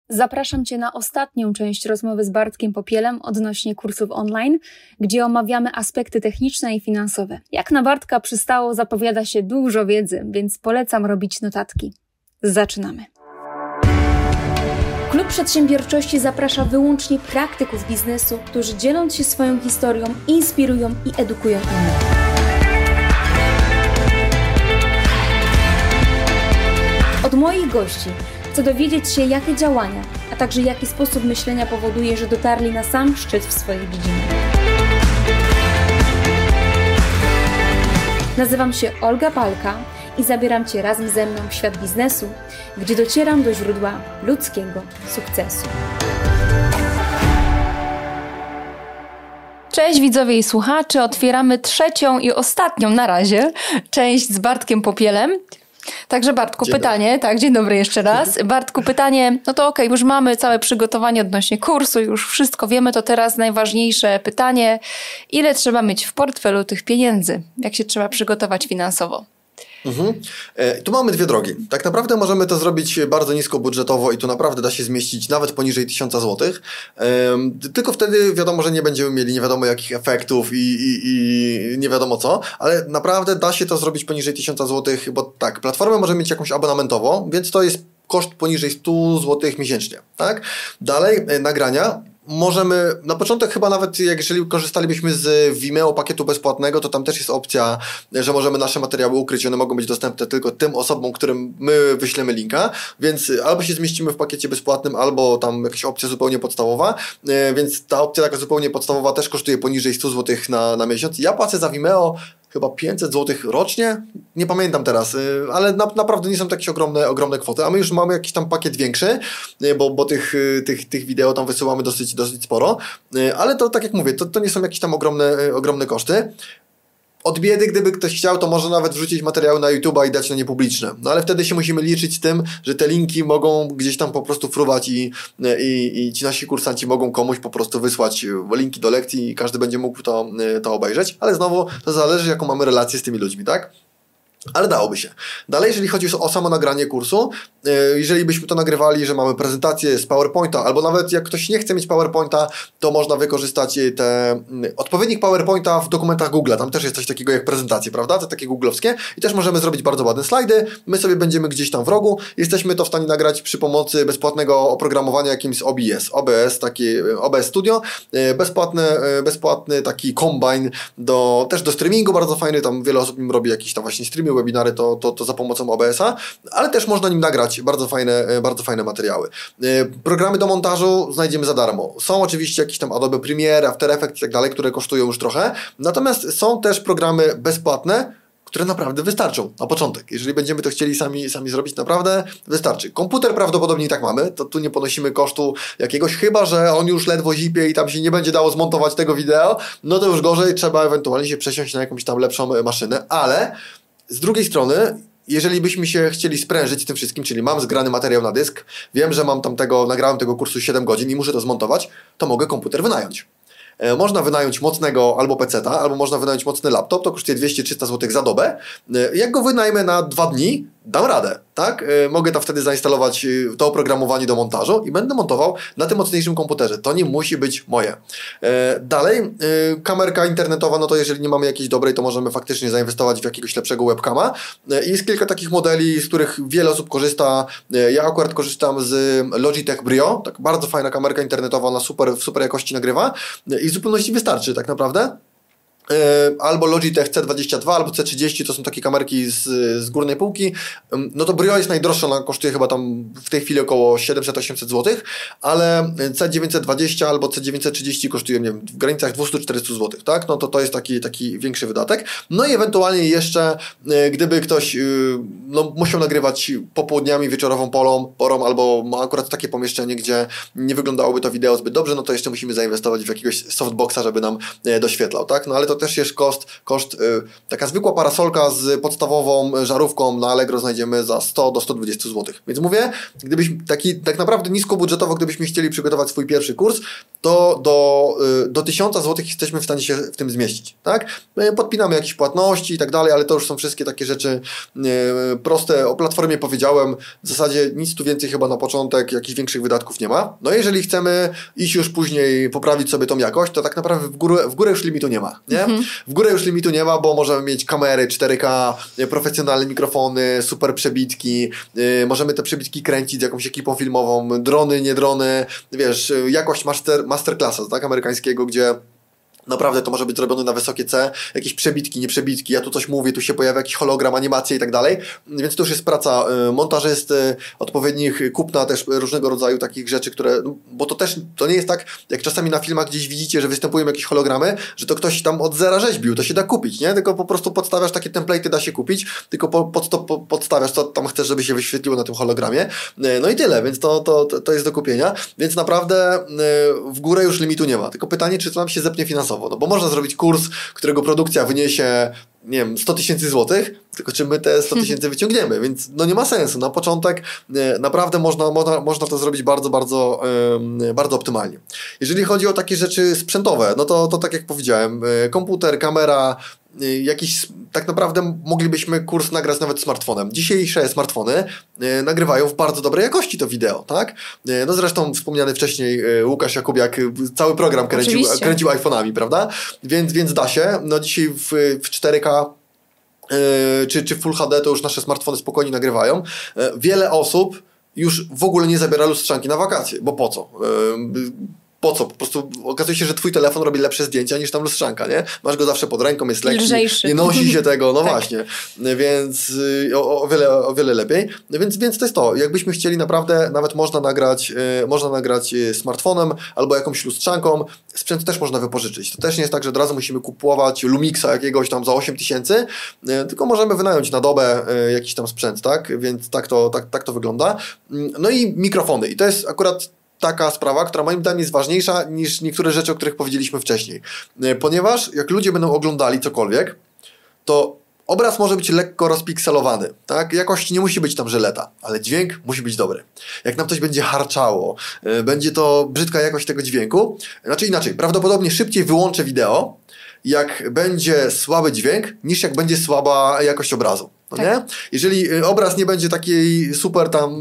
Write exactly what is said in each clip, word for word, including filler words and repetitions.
Zapraszam Cię na ostatnią część rozmowy z Bartkiem Popielem odnośnie kursów online, gdzie omawiamy aspekty techniczne i finansowe. Jak na Bartka przystało, zapowiada się dużo wiedzy, więc polecam robić notatki. Zaczynamy. Klub Przedsiębiorczości zaprasza wyłącznie praktyków biznesu, którzy dzieląc się swoją historią, inspirują i edukują innych. Od moich gości chcę dowiedzieć się, jakie działania, a także jaki sposób myślenia powoduje, że dotarli na sam szczyt w swojej dziedzinie. Nazywam się Olga Palka i zabieram Cię razem ze mną w świat biznesu, gdzie docieram do źródła ludzkiego sukcesu. Cześć widzowie i słuchacze, otwieramy trzecią i ostatnią na razie część z Bartkiem Popielem. Także Bartku, dzień pytanie, dobry. tak, dzień dobry jeszcze raz. Bartku, pytanie, no to okej, okay, już mamy całe przygotowanie odnośnie kursu, już wszystko wiemy, to teraz najważniejsze pytanie, ile trzeba mieć w portfelu tych pieniędzy? Jak się trzeba przygotować finansowo? Mhm. E, tu mamy dwie drogi. Tak naprawdę możemy to zrobić bardzo niskobudżetowo i tu naprawdę da się zmieścić nawet poniżej tysiąca złotych. E, tylko wtedy wiadomo, że nie będziemy mieli nie wiadomo jakich efektów i, i, i nie wiadomo co, ale naprawdę da się to zrobić poniżej tysiąca złotych, bo tak, platformę możemy mieć jakąś abonamentową, więc to jest koszt poniżej stu złotych miesięcznie. Tak? Dalej, e, nagrania. Możemy, na początek chyba nawet jak jeżeli korzystalibyśmy z Vimeo pakietu bezpłatnego, to tam też jest opcja, że możemy nasze materiały ukryć, one mogą być dostępne tylko tym osobom, którym my wyślemy linka, więc albo się zmieścimy w pakiecie bezpłatnym, albo tam jakaś opcja zupełnie podstawowa, więc ta opcja taka zupełnie podstawowa też kosztuje poniżej stu złotych na, na miesiąc. Ja płacę za Vimeo chyba pięćset złotych rocznie, nie pamiętam teraz, ale na, naprawdę nie są takie ogromne, ogromne kwoty, a my już mamy jakiś tam pakiet większy, bo, bo tych, tych, tych wideo tam wysyłamy dosyć, dosyć sporo, ale to tak jak mówię, to, to nie są jakieś tam ogromne, ogromne koszty. Od biedy, gdyby ktoś chciał, to może nawet wrzucić materiały na YouTube'a i dać na nie publiczne. No ale wtedy się musimy liczyć z tym, że te linki mogą gdzieś tam po prostu fruwać i, i, i ci nasi kursanci mogą komuś po prostu wysłać linki do lekcji i każdy będzie mógł to, to obejrzeć. Ale znowu to zależy, jaką mamy relację z tymi ludźmi, tak? Ale dałoby się. Dalej, jeżeli chodzi o samo nagranie kursu, jeżeli byśmy to nagrywali, że mamy prezentację z PowerPointa, albo nawet jak ktoś nie chce mieć PowerPointa, to można wykorzystać te odpowiednik PowerPointa w dokumentach Google. Tam też jest coś takiego jak prezentacje, prawda? To takie googlowskie. I też możemy zrobić bardzo ładne slajdy. My sobie będziemy gdzieś tam w rogu. Jesteśmy to w stanie nagrać przy pomocy bezpłatnego oprogramowania jakimś O B S. O B S, taki O B S Studio. Bezpłatny, bezpłatny taki combine do, też do streamingu, bardzo fajny. Tam wiele osób nim robi jakiś tam właśnie streaming, webinary, to, to, to za pomocą O B S-a, ale też można nim nagrać bardzo fajne, bardzo fajne materiały. Programy do montażu znajdziemy za darmo. Są oczywiście jakieś tam Adobe Premiere, After Effects i tak dalej, które kosztują już trochę, natomiast są też programy bezpłatne, które naprawdę wystarczą na początek. Jeżeli będziemy to chcieli sami, sami zrobić, naprawdę wystarczy. Komputer prawdopodobnie i tak mamy, to tu nie ponosimy kosztu jakiegoś, chyba że on już ledwo zipie i tam się nie będzie dało zmontować tego wideo, no to już gorzej, trzeba ewentualnie się przesiąść na jakąś tam lepszą maszynę, ale z drugiej strony, jeżeli byśmy się chcieli sprężyć z tym wszystkim, czyli mam zgrany materiał na dysk, wiem, że mam tam tego, nagrałem tego kursu siedem godzin i muszę to zmontować, to mogę komputer wynająć. E, można wynająć mocnego albo peceta, albo można wynająć mocny laptop, to kosztuje dwieście trzysta złotych za dobę. E, jak go wynajmę na dwa dni, dam radę, tak? E, mogę tam wtedy zainstalować to oprogramowanie do montażu i będę montował na tym mocniejszym komputerze. To nie musi być moje. E, dalej, e, kamerka internetowa, no to jeżeli nie mamy jakiejś dobrej, to możemy faktycznie zainwestować w jakiegoś lepszego webcama. E, jest kilka takich modeli, z których wiele osób korzysta. E, ja akurat korzystam z Logitech Brio, tak bardzo fajna kamerka internetowa, ona super, w super jakości nagrywa e, i w zupełności wystarczy tak naprawdę. Albo Logitech C dwadzieścia dwa, albo C trzydzieści, to są takie kamerki z, z górnej półki. No to Brio jest najdroższa, ona kosztuje chyba tam w tej chwili około siedemset osiemset złotych, ale C dziewięćset dwadzieścia albo C dziewięćset trzydzieści kosztują, nie wiem, w granicach dwieście czterysta złotych, tak? No to to jest taki, taki większy wydatek. No i ewentualnie jeszcze, gdyby ktoś no, musiał nagrywać popołudniami, wieczorową polą, porą, albo ma akurat takie pomieszczenie, gdzie nie wyglądałoby to wideo zbyt dobrze, no to jeszcze musimy zainwestować w jakiegoś softboxa, żeby nam doświetlał, tak? No ale to też jest koszt, koszt yy, taka zwykła parasolka z podstawową żarówką na Allegro znajdziemy za sto do stu dwudziestu złotych. Więc mówię, gdybyśmy taki tak naprawdę niskobudżetowo, gdybyśmy chcieli przygotować swój pierwszy kurs, to do, do tysiąca złotych jesteśmy w stanie się w tym zmieścić, tak? Podpinamy jakieś płatności i tak dalej, ale to już są wszystkie takie rzeczy proste. O platformie powiedziałem, w zasadzie nic tu więcej chyba na początek, jakichś większych wydatków nie ma. No jeżeli chcemy iść już później poprawić sobie tą jakość, to tak naprawdę w górę, w górę już limitu nie ma, nie? Mhm. W górę już limitu nie ma, bo możemy mieć kamery cztery K, profesjonalne mikrofony, super przebitki, yy, możemy te przebitki kręcić z jakąś ekipą filmową, drony, nie drony, wiesz, jakość master, masterclassa, tak, amerykańskiego, gdzie naprawdę to może być zrobione na wysokie C, jakieś przebitki, nie przebitki, ja tu coś mówię, tu się pojawia jakiś hologram, animacja i tak dalej, więc to już jest praca montażysty, odpowiednich kupna też różnego rodzaju takich rzeczy, które, bo to też, to nie jest tak, jak czasami na filmach gdzieś widzicie, że występują jakieś hologramy, że to ktoś tam od zera rzeźbił, to się da kupić, nie? Tylko po prostu podstawiasz takie template'y, da się kupić, tylko po, pod to po, podstawiasz, co tam chcesz, żeby się wyświetliło na tym hologramie, no i tyle, więc to, to, to jest do kupienia, więc naprawdę w górę już limitu nie ma, tylko pytanie, czy to nam się zepnie finansowo. No bo można zrobić kurs, którego produkcja wyniesie, nie wiem, sto tysięcy złotych, tylko czy my te sto tysięcy wyciągniemy, więc no nie ma sensu. Na początek e, naprawdę można, można, można to zrobić bardzo, bardzo, e, bardzo optymalnie. Jeżeli chodzi o takie rzeczy sprzętowe, no to, to tak jak powiedziałem, e, komputer, kamera, e, jakiś, tak naprawdę moglibyśmy kurs nagrać nawet smartfonem. Dzisiejsze smartfony e, nagrywają w bardzo dobrej jakości to wideo, tak? E, no zresztą wspomniany wcześniej e, Łukasz Jakubiak cały program kręcił, kręcił iPhone'ami, prawda? Więc, więc da się. No dzisiaj w, w cztery K Yy, czy, czy Full H D to już nasze smartfony spokojnie nagrywają. Yy, wiele osób już w ogóle nie zabiera lustrzanki na wakacje, bo po co? Yy, po co? Po prostu okazuje się, że twój telefon robi lepsze zdjęcia niż tam lustrzanka, nie? Masz go zawsze pod ręką, jest lekki, lżejszy. Nie nosi się tego, no tak. właśnie. Więc yy, o, o, wiele, o wiele lepiej. Więc, więc to jest to. Jakbyśmy chcieli naprawdę, nawet można nagrać, yy, można nagrać smartfonem albo jakąś lustrzanką. Sprzęt też można wypożyczyć. To też nie jest tak, że od razu musimy kupować Lumixa jakiegoś tam za osiem tysięcy, tylko możemy wynająć na dobę jakiś tam sprzęt, tak? Więc tak to, tak, tak to wygląda. No i mikrofony. I to jest akurat taka sprawa, która moim zdaniem jest ważniejsza niż niektóre rzeczy, o których powiedzieliśmy wcześniej. Ponieważ jak ludzie będą oglądali cokolwiek, to obraz może być lekko rozpikselowany, tak? Jakość nie musi być tam żeleta, ale dźwięk musi być dobry. Jak nam coś będzie harczało, yy, będzie to brzydka jakość tego dźwięku, znaczy inaczej, prawdopodobnie szybciej wyłączę wideo, jak będzie słaby dźwięk, niż jak będzie słaba jakość obrazu. No tak. Nie? Jeżeli y, obraz nie będzie takiej super tam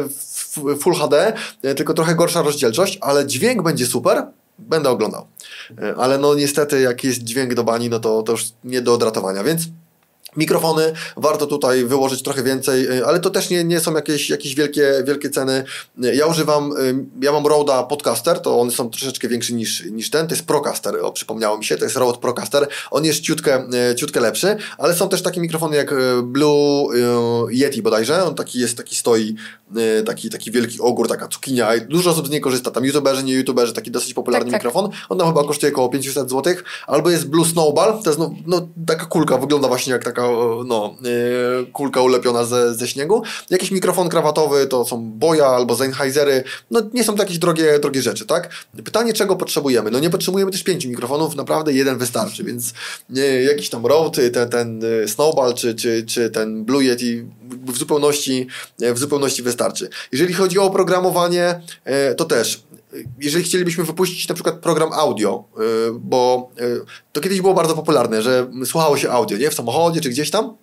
y, Full H D, y, tylko trochę gorsza rozdzielczość, ale dźwięk będzie super, będę oglądał. Y, ale no niestety jak jest dźwięk do bani, no to, to już nie do odratowania, więc mikrofony warto tutaj wyłożyć trochę więcej, ale to też nie, nie są jakieś, jakieś wielkie, wielkie ceny. Ja używam, ja mam Rode'a Podcaster, to one są troszeczkę większy niż, niż ten, to jest Procaster, o, przypomniało mi się, to jest Rode Procaster, on jest ciutkę, ciutkę lepszy, ale są też takie mikrofony jak Blue Yeti bodajże, on taki jest, taki stoi, taki, taki wielki ogór, taka cukinia i dużo osób z niej korzysta, tam youtuberzy, nie youtuberzy, taki dosyć popularny tak, tak. mikrofon, on tam chyba kosztuje około pięćset złotych, albo jest Blue Snowball, to jest no, no, taka kulka, wygląda właśnie jak taka no, yy, kulka ulepiona ze, ze śniegu. Jakiś mikrofon krawatowy to są Boya albo Sennheisery. No nie są to jakieś drogie, drogie rzeczy, tak? Pytanie, czego potrzebujemy? No nie potrzebujemy też pięciu mikrofonów, naprawdę jeden wystarczy, więc yy, jakiś tam Rode, ten, ten yy, Snowball czy, czy, czy ten Blue Yeti w zupełności, yy, w zupełności wystarczy. Jeżeli chodzi o oprogramowanie, yy, to też jeżeli chcielibyśmy wypuścić na przykład program audio, yy, bo yy, to kiedyś było bardzo popularne, że słuchało się audio, nie? W samochodzie czy gdzieś tam.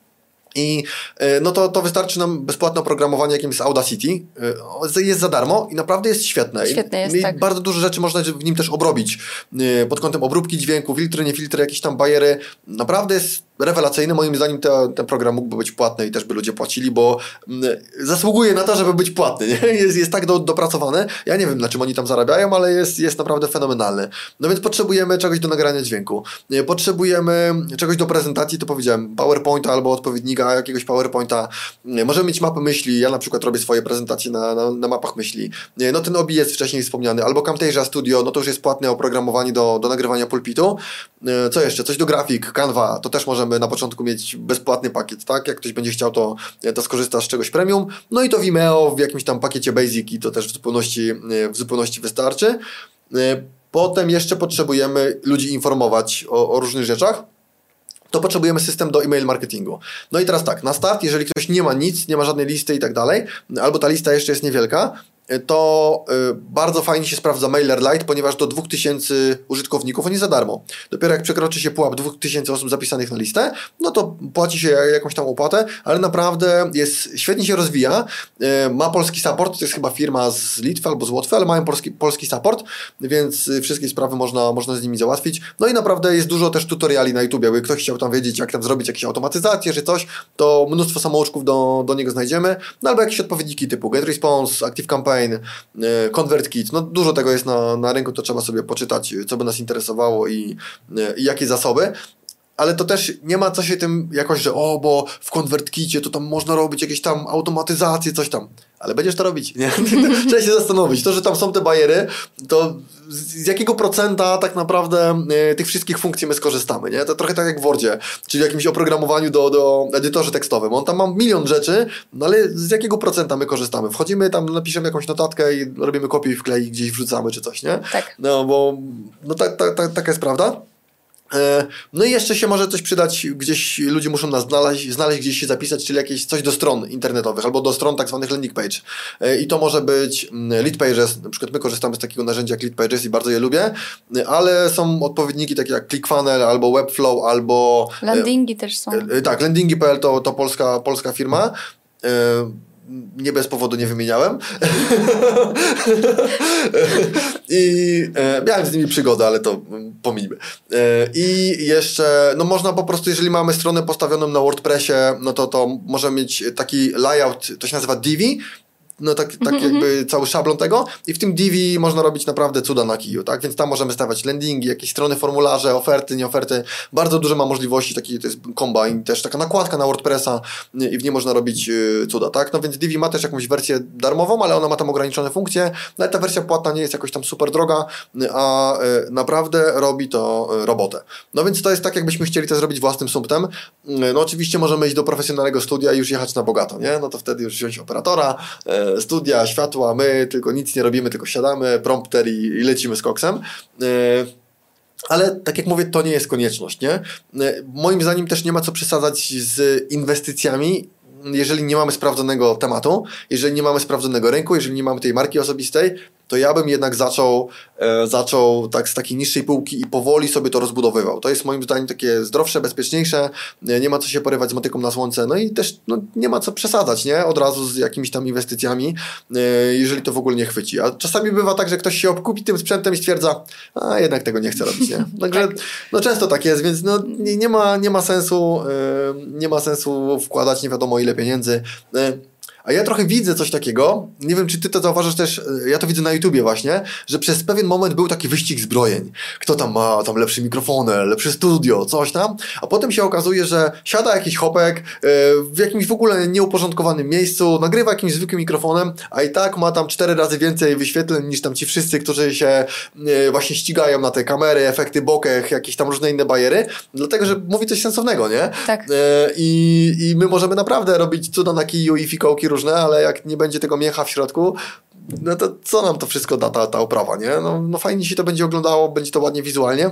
I no to, to wystarczy nam bezpłatne oprogramowanie, jakim jest Audacity. Jest za darmo i naprawdę jest świetne. Świetne jest, I tak. bardzo dużo rzeczy można w nim też obrobić. Pod kątem obróbki dźwięku, filtry, nie filtry, jakieś tam bariery. Naprawdę jest rewelacyjny. Moim zdaniem te, ten program mógłby być płatny i też by ludzie płacili, bo zasługuje na to, żeby być płatny. Nie? Jest, jest tak do, dopracowany. Ja nie wiem, na czym oni tam zarabiają, ale jest, jest naprawdę fenomenalny. No więc potrzebujemy czegoś do nagrania dźwięku. Potrzebujemy czegoś do prezentacji, to powiedziałem, PowerPointa albo odpowiednika jakiegoś PowerPointa. Możemy mieć mapy myśli. Ja na przykład robię swoje prezentacje na, na, na mapach myśli. No ten O B S wcześniej wspomniany, albo Camtasia Studio, no to już jest płatne oprogramowanie do, do nagrywania pulpitu. Co jeszcze? Coś do grafik, Canva, to też możemy na początku mieć bezpłatny pakiet, tak? Jak ktoś będzie chciał, to, to skorzysta z czegoś premium. No i to Vimeo w jakimś tam pakiecie Basic i to też w zupełności, w zupełności wystarczy. Potem jeszcze potrzebujemy ludzi informować o, o różnych rzeczach. To potrzebujemy system do e-mail marketingu. No i teraz tak, na start, jeżeli ktoś nie ma nic, nie ma żadnej listy i tak dalej, albo ta lista jeszcze jest niewielka, to y, bardzo fajnie się sprawdza MailerLite, ponieważ do dwóch tysięcy użytkowników oni za darmo. Dopiero jak przekroczy się pułap dwóch tysięcy osób zapisanych na listę, no to płaci się jakąś tam opłatę, ale naprawdę jest, świetnie się rozwija. Y, ma polski support, to jest chyba firma z Litwy albo z Łotwy, ale mają polski, polski support, więc y, wszystkie sprawy można, można z nimi załatwić. No i naprawdę jest dużo też tutoriali na YouTube. Jakby ktoś chciał tam wiedzieć, jak tam zrobić jakieś automatyzacje czy coś, to mnóstwo samouczków do, do niego znajdziemy. No albo jakieś odpowiedniki typu GetResponse, ActiveCampaign, ConvertKit, no dużo tego jest na, na rynku, to trzeba sobie poczytać, co by nas interesowało i, i jakie zasoby. Ale to też nie ma co się tym jakoś, że o, bo w ConvertKicie to tam można robić jakieś tam automatyzacje, coś tam. Ale będziesz to robić, nie? Trzeba się zastanowić. To, że tam są te bariery, to z jakiego procenta tak naprawdę y, tych wszystkich funkcji my skorzystamy, nie? To trochę tak jak w Wordzie, czyli w jakimś oprogramowaniu do, do edytorze tekstowym. On tam ma milion rzeczy, no ale z jakiego procenta my korzystamy? Wchodzimy tam, napiszemy jakąś notatkę i robimy kopię i wklej, gdzieś wrzucamy czy coś, nie? Tak. No bo no tak, tak, tak, taka jest prawda. No i jeszcze się może coś przydać, gdzieś ludzie muszą nas znaleźć, znaleźć gdzieś się zapisać, czyli jakieś coś do stron internetowych albo do stron tak zwanych landing page. I to może być lead pages, na przykład my korzystamy z takiego narzędzia jak lead pages i bardzo je lubię, ale są odpowiedniki takie jak ClickFunnels albo Webflow albo... Landingi też są. Tak, landingi kropka p l to, to polska, polska firma. Nie bez powodu nie wymieniałem. I e, miałem z nimi przygodę, ale to pomińmy. E, I jeszcze, no można po prostu, jeżeli mamy stronę postawioną na WordPressie, no to to możemy mieć taki layout, to się nazywa Divi, no tak, tak mm-hmm. jakby cały szablon tego i w tym Divi można robić naprawdę cuda na kiju, tak? Więc tam możemy stawiać landingi, jakieś strony, formularze, oferty, nieoferty. Bardzo duże ma możliwości, taki to jest Combine, też taka nakładka na WordPressa i w niej można robić y, cuda, tak? No więc Divi ma też jakąś wersję darmową, ale ona ma tam ograniczone funkcje, no ale ta wersja płatna nie jest jakoś tam super droga, a y, naprawdę robi to y, robotę. No więc to jest tak, jakbyśmy chcieli to zrobić własnym sumptem. Y, no oczywiście możemy iść do profesjonalnego studia i już jechać na bogato, nie? No to wtedy już wziąć operatora, y, studia, światła, my tylko nic nie robimy, tylko siadamy, prompter i, i lecimy z koksem. Yy, ale tak jak mówię, to nie jest konieczność, nie? Yy, moim zdaniem też nie ma co przesadzać z inwestycjami, jeżeli nie mamy sprawdzonego tematu, jeżeli nie mamy sprawdzonego rynku, jeżeli nie mamy tej marki osobistej, to ja bym jednak zaczął, e, zaczął tak z takiej niższej półki i powoli sobie to rozbudowywał. To jest moim zdaniem takie zdrowsze, bezpieczniejsze, nie, nie ma co się porywać z motyką na słońce, no i też no, nie ma co przesadzać, nie? Od razu z jakimiś tam inwestycjami, e, jeżeli to w ogóle nie chwyci. A czasami bywa tak, że ktoś się obkupi tym sprzętem i stwierdza, a jednak tego nie chcę robić, nie? Także no często tak jest, więc no, nie, nie, ma, nie ma sensu e, nie ma sensu wkładać nie wiadomo ile pieniędzy. E, A ja trochę widzę coś takiego, nie wiem czy ty to zauważasz też, ja to widzę na YouTubie właśnie, że przez pewien moment był taki wyścig zbrojeń. Kto tam ma tam lepszy mikrofon, lepsze studio, coś tam, a potem się okazuje, że siada jakiś chłopek w jakimś w ogóle nieuporządkowanym miejscu, nagrywa jakimś zwykłym mikrofonem, a i tak ma tam cztery razy więcej wyświetleń niż tam ci wszyscy, którzy się właśnie ścigają na te kamery, efekty bokeh, jakieś tam różne inne bajery, dlatego, że mówi coś sensownego, nie? Tak. I, i my możemy naprawdę robić cuda na kiju i fikołki różne, ale jak nie będzie tego miecha w środku, no to co nam to wszystko da ta, ta oprawa, nie? No, no fajnie się to będzie oglądało, będzie to ładnie wizualnie,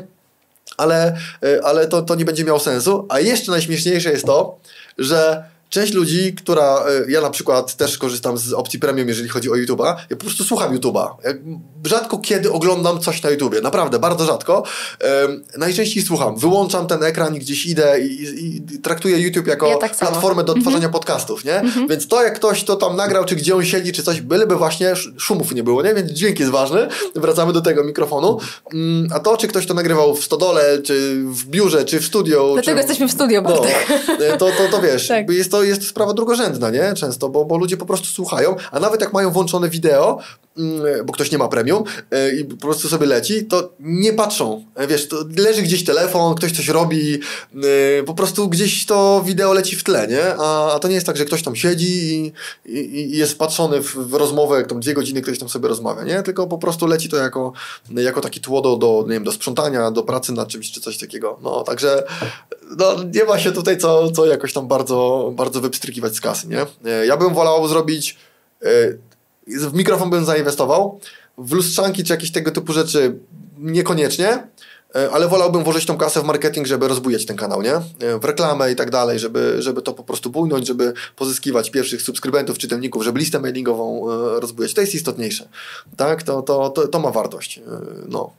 ale, ale to, to nie będzie miało sensu. A jeszcze najśmieszniejsze jest to, że część ludzi, która, ja na przykład też korzystam z opcji premium, jeżeli chodzi o YouTube'a, ja po prostu słucham YouTube'a. Ja rzadko kiedy oglądam coś na YouTubie, naprawdę, bardzo rzadko. Um, najczęściej słucham, wyłączam ten ekran i gdzieś idę i, i, i traktuję YouTube jako ja tak platformę do tworzenia mm-hmm. podcastów, nie? Mm-hmm. Więc to jak ktoś to tam nagrał, czy gdzie on siedzi, czy coś, byleby właśnie szumów nie było, nie? Więc dźwięk jest ważny. Wracamy do tego mikrofonu. Um, a to, czy ktoś to nagrywał w stodole, czy w biurze, czy w studio. Dlatego czy... jesteśmy w studio, no, to, to, to wiesz, tak. jest to jest sprawa drugorzędna, nie? Często, bo, bo ludzie po prostu słuchają, a nawet jak mają włączone wideo, bo ktoś nie ma premium i po prostu sobie leci, to nie patrzą. Wiesz, to leży gdzieś telefon, ktoś coś robi, po prostu gdzieś to wideo leci w tle, nie? A, a to nie jest tak, że ktoś tam siedzi i, i, i jest wpatrzony w, w rozmowę, jak tam dwie godziny ktoś tam sobie rozmawia, nie? Tylko po prostu leci to jako, jako taki tło do, do, nie wiem, do sprzątania, do pracy nad czymś, czy coś takiego. No, także no, nie ma się tutaj co, co jakoś tam bardzo, bardzo wypstrykiwać z kasy, nie? Ja bym wolał zrobić w mikrofon bym zainwestował, w lustrzanki czy jakieś tego typu rzeczy niekoniecznie, ale wolałbym włożyć tą kasę w marketing, żeby rozbujać ten kanał, nie? W reklamę i tak dalej, żeby, żeby to po prostu bujnąć, żeby pozyskiwać pierwszych subskrybentów, czytelników, żeby listę mailingową rozbujać. To jest istotniejsze, tak? To, to, to, to ma wartość, no.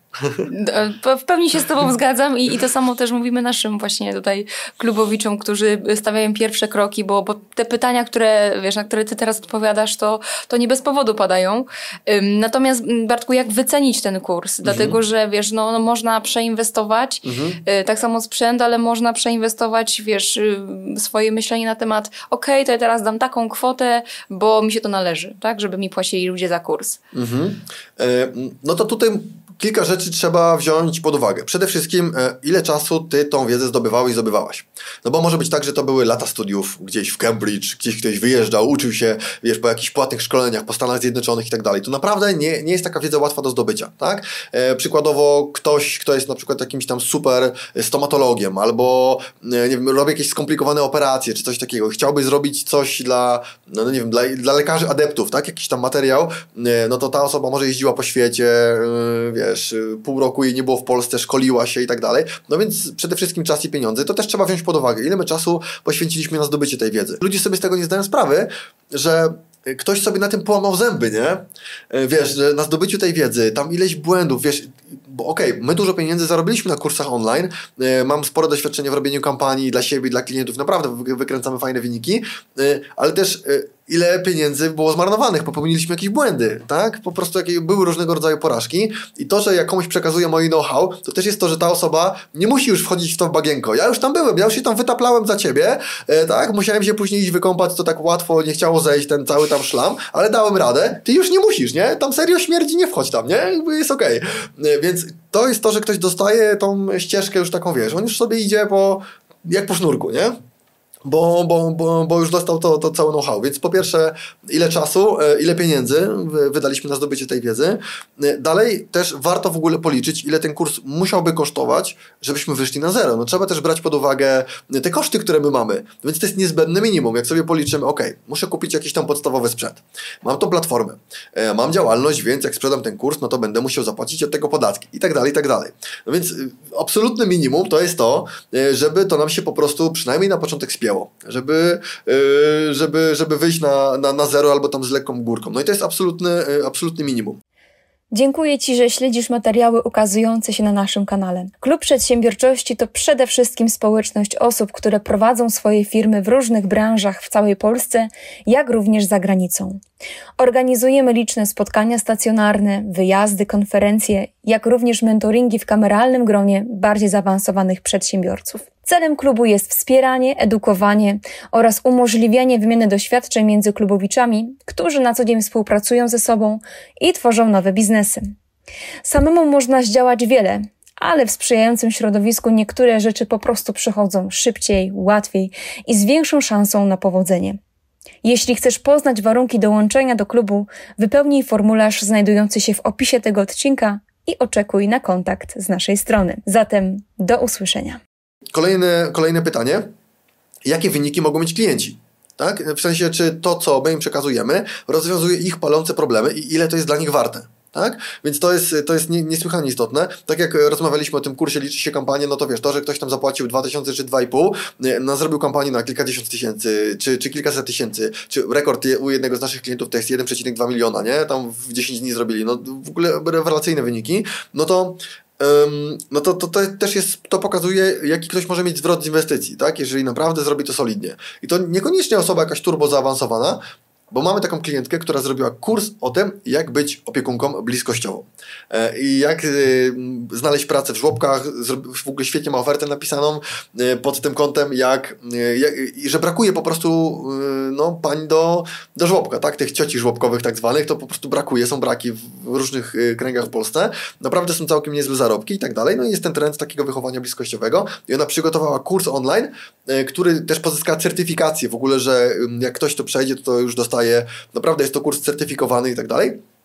W pełni się z tobą zgadzam i, i to samo też mówimy naszym właśnie tutaj klubowiczom, którzy stawiają pierwsze kroki, bo, bo te pytania, które, wiesz, na które ty teraz odpowiadasz, to, to nie bez powodu padają. Natomiast Bartku, jak wycenić ten kurs? Mhm. Dlatego, że wiesz, no, no można przeinwestować, mhm. tak samo sprzęt, ale można przeinwestować, wiesz, swoje myślenie na temat, okej, okay, to ja teraz dam taką kwotę, bo mi się to należy, tak, żeby mi płacili ludzie za kurs. Mhm. E, no to tutaj kilka rzeczy trzeba wziąć pod uwagę. Przede wszystkim, ile czasu ty tą wiedzę zdobywałeś i zdobywałaś. No bo może być tak, że to były lata studiów gdzieś w Cambridge, gdzieś ktoś wyjeżdżał, uczył się, wiesz, po jakichś płatnych szkoleniach, po Stanach Zjednoczonych i tak dalej. To naprawdę nie, nie jest taka wiedza łatwa do zdobycia, tak? E, przykładowo ktoś, kto jest na przykład jakimś tam super stomatologiem albo, nie wiem, robi jakieś skomplikowane operacje czy coś takiego. Chciałby zrobić coś dla, no nie wiem, dla, dla lekarzy adeptów, tak? Jakiś tam materiał, e, no to ta osoba może jeździła po świecie, e, wiesz, pół roku jej nie było w Polsce, szkoliła się i tak dalej. No więc przede wszystkim czas i pieniądze. To też trzeba wziąć pod uwagę. Ile my czasu poświęciliśmy na zdobycie tej wiedzy. Ludzie sobie z tego nie zdają sprawy, że ktoś sobie na tym połamał zęby, nie? Wiesz, że na zdobyciu tej wiedzy, tam ileś błędów, wiesz, bo okej, okay, my dużo pieniędzy zarobiliśmy na kursach online, mam spore doświadczenie w robieniu kampanii dla siebie, dla klientów, naprawdę wykręcamy fajne wyniki, ale też ile pieniędzy było zmarnowanych, popełniliśmy jakieś błędy, tak? Po prostu jakieś były różnego rodzaju porażki i to, że ja komuś przekazuję moje know-how, to też jest to, że ta osoba nie musi już wchodzić w to bagienko. Ja już tam byłem, ja już się tam wytaplałem za ciebie, tak? Musiałem się później iść wykąpać, to tak łatwo nie chciało zejść ten cały tam szlam, ale dałem radę. Ty już nie musisz, nie? Tam serio śmierdzi, nie wchodź tam, nie? Jest okej. Okay. Więc to jest to, że ktoś dostaje tą ścieżkę już taką, wiesz, on już sobie idzie po, jak po sznurku, nie? Bo, bo, bo, bo już dostał to, to całe know-how. Więc po pierwsze, ile czasu, ile pieniędzy wydaliśmy na zdobycie tej wiedzy. Dalej też warto w ogóle policzyć, ile ten kurs musiałby kosztować, żebyśmy wyszli na zero. No, trzeba też brać pod uwagę te koszty, które my mamy. Więc to jest niezbędne minimum. Jak sobie policzymy, ok, muszę kupić jakiś tam podstawowy sprzęt. Mam tą platformę, mam działalność, więc jak sprzedam ten kurs, no to będę musiał zapłacić od tego podatki i tak dalej, i tak dalej. No więc absolutne minimum to jest to, żeby to nam się po prostu przynajmniej na początek spięło. Żeby, żeby, żeby wyjść na, na, na zero albo tam z lekką górką. No i to jest absolutny, absolutny minimum. Dziękuję Ci, że śledzisz materiały ukazujące się na naszym kanale. Klub Przedsiębiorczości to przede wszystkim społeczność osób, które prowadzą swoje firmy w różnych branżach w całej Polsce, jak również za granicą. Organizujemy liczne spotkania stacjonarne, wyjazdy, konferencje, jak również mentoringi w kameralnym gronie bardziej zaawansowanych przedsiębiorców. Celem klubu jest wspieranie, edukowanie oraz umożliwianie wymiany doświadczeń między klubowiczami, którzy na co dzień współpracują ze sobą i tworzą nowe biznesy. Samemu można zdziałać wiele, ale w sprzyjającym środowisku niektóre rzeczy po prostu przychodzą szybciej, łatwiej i z większą szansą na powodzenie. Jeśli chcesz poznać warunki dołączenia do klubu, wypełnij formularz znajdujący się w opisie tego odcinka i oczekuj na kontakt z naszej strony. Zatem do usłyszenia. Kolejne, kolejne pytanie. Jakie wyniki mogą mieć klienci? Tak? W sensie, czy to, co my im przekazujemy, rozwiązuje ich palące problemy i ile to jest dla nich warte? Tak? Więc to jest, to jest niesłychanie istotne. Tak jak rozmawialiśmy o tym kursie Liczy się kampania, no to wiesz, to, że ktoś tam zapłacił dwa tysiące czy dwa i pół, no zrobił kampanię na kilkadziesiąt tysięcy, czy, czy kilkaset tysięcy, czy rekord u jednego z naszych klientów to jest jeden przecinek dwa miliona, nie? Tam w dziesięć dni zrobili, no w ogóle rewelacyjne wyniki, no to Um, no to, to, to też jest, to pokazuje, jaki ktoś może mieć zwrot z inwestycji, tak? Jeżeli naprawdę zrobi to solidnie. I to niekoniecznie osoba jakaś turbo zaawansowana, bo mamy taką klientkę, która zrobiła kurs o tym, jak być opiekunką bliskościową. E, I jak e, znaleźć pracę w żłobkach. W ogóle świetnie ma ofertę napisaną e, pod tym kątem, jak, e, jak że brakuje po prostu e, no, pań do, do żłobka, tak? Tych cioci żłobkowych tak zwanych, to po prostu brakuje, są braki w różnych e, kręgach w Polsce. Naprawdę są całkiem niezłe zarobki i tak dalej. No i jest ten trend takiego wychowania bliskościowego. I ona przygotowała kurs online, e, który też pozyskała certyfikację w ogóle, że jak ktoś to przejdzie, to już dostaje. Naprawdę jest to kurs certyfikowany i tak dalej.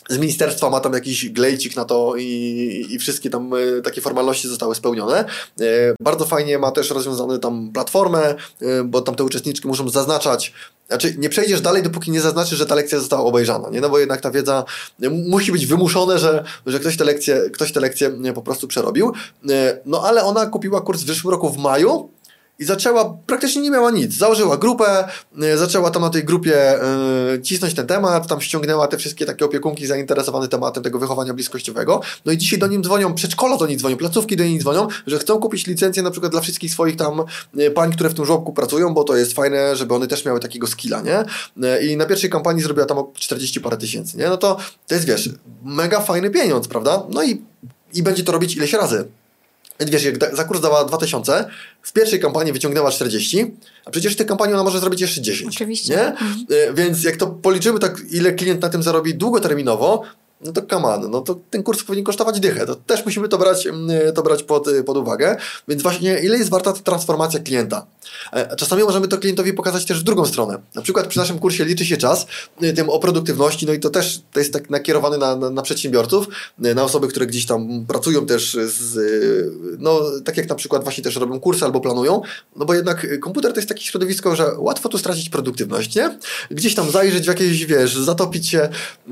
z ministerstwa ma tam jakiś glejcik na to i, i wszystkie tam y, takie formalności zostały spełnione. Y, bardzo fajnie ma też rozwiązane tam platformę, y, bo tam te uczestniczki muszą zaznaczać, znaczy nie przejdziesz dalej, dopóki nie zaznaczysz, że ta lekcja została obejrzana, nie? No bo jednak ta wiedza y, musi być wymuszone, że, że ktoś tę lekcję, ktoś tę lekcję y, po prostu przerobił. Y, no ale ona kupiła kurs w zeszłym roku w maju, i zaczęła, praktycznie nie miała nic. Założyła grupę, y, zaczęła tam na tej grupie y, cisnąć ten temat, tam ściągnęła te wszystkie takie opiekunki zainteresowane tematem tego wychowania bliskościowego. No i dzisiaj do nim dzwonią, przedszkola do niej dzwonią, placówki do niej dzwonią, że chcą kupić licencję na przykład dla wszystkich swoich tam y, pań, które w tym żłobku pracują, bo to jest fajne, żeby one też miały takiego skilla, nie? Y, I na pierwszej kampanii zrobiła tam czterdzieści parę tysięcy, nie? No to to jest, wiesz, mega fajny pieniądz, prawda? No i, i będzie to robić ileś razy. Wiesz, jak za kurs dała dwa tysiące, w pierwszej kampanii wyciągnęła czterdzieści, a przecież w tej kampanii ona może zrobić jeszcze dziesięć. Oczywiście. Nie? Mhm. Więc jak to policzymy tak, ile klient na tym zarobi długoterminowo, no to come on, no to ten kurs powinien kosztować dychę. To też musimy to brać, to brać pod, pod uwagę. Więc właśnie ile jest warta ta transformacja klienta? Czasami możemy to klientowi pokazać też w drugą stronę. Na przykład przy naszym kursie liczy się czas, tym o produktywności, no i to też to jest tak nakierowane na, na, na przedsiębiorców, na osoby, które gdzieś tam pracują też z, no tak jak na przykład właśnie też robią kursy albo planują, no bo jednak komputer to jest takie środowisko, że łatwo tu stracić produktywność, nie? Gdzieś tam zajrzeć w jakieś, wiesz, zatopić się